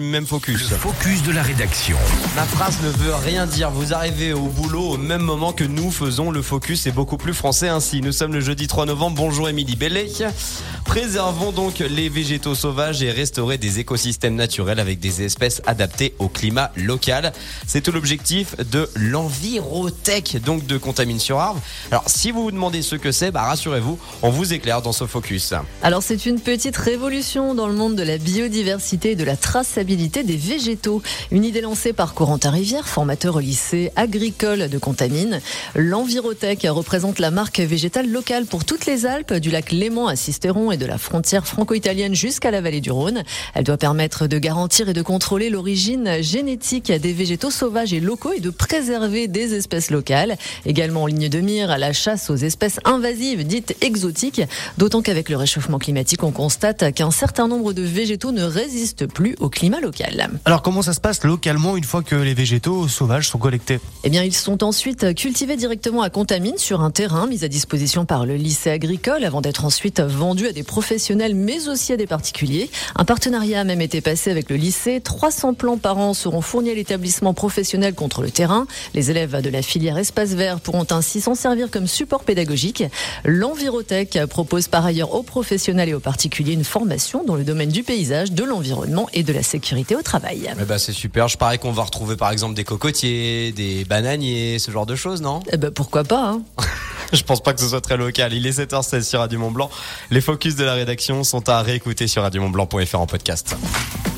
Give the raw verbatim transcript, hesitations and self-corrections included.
même focus. Le focus de la rédaction. Ma phrase ne veut rien dire. Vous arrivez au boulot au même moment que nous faisons le focus. C'est beaucoup plus français ainsi. Nous sommes le jeudi trois novembre. Bonjour Émilie Bellet. Préservons donc les végétaux sauvages et restaurer des écosystèmes naturels avec des espèces adaptées au climat local. C'est tout l'objectif de l'Envirotech, donc de Contamine sur Arbre. Alors si vous vous demandez ce que c'est, bah rassurez-vous, on vous éclaire dans ce focus. Alors c'est une petite révolution dans le monde de la biodiversité et de la traçabilité des végétaux. Une idée lancée par Corentin Rivière, formateur au lycée agricole de Contamine. L'Envirotech représente la marque végétale locale pour toutes les Alpes, du lac Léman à Sisteron et de la frontière franco-italienne jusqu'à la vallée du Rhône. Elle doit permettre de garantir et de contrôler l'origine génétique des végétaux sauvages et locaux et de préserver des espèces locales. Également en ligne de mire à la chasse aux espèces invasives dites exotiques, d'autant qu'avec le réchauffement climatique, on constate qu'un certain nombre de végétaux ne résistent plus au climat local. Alors comment ça se passe localement une fois que les végétaux sauvages sont collectés ? Eh bien, ils sont ensuite cultivés directement à Contamine sur un terrain mis à disposition par le lycée agricole avant d'être ensuite vendus à des professionnels mais aussi à des particuliers. Un partenariat a même été passé avec le lycée. trois cents plants par an seront fournis à l'établissement professionnel contre le terrain. Les élèves de la filière Espace Vert pourront ainsi s'en servir comme support pédagogique. L'Envirotech propose par ailleurs aux professionnels et aux particuliers une formation dans le domaine du paysage, de l'environnement et de la sécurité au travail. Eh ben, c'est super. Je parie qu'on va retrouver par exemple des cocotiers, des bananiers, ce genre de choses, non ? Eh ben, pourquoi pas, hein. Je pense pas que ce soit très local. Il est sept heures seize sur Radio Mont Blanc. Les focus de la rédaction sont à réécouter sur radio mont blanc point f r en podcast.